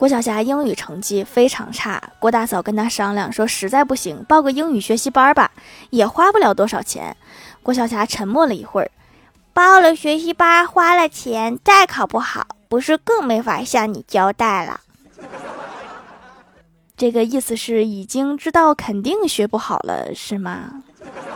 郭晓霞英语成绩非常差，郭大嫂跟她商量说，实在不行报个英语学习班吧，也花不了多少钱。郭晓霞沉默了一会儿，报了学习班花了钱，再考不好，不是更没法向你交代了。这个意思是已经知道肯定学不好了，是吗？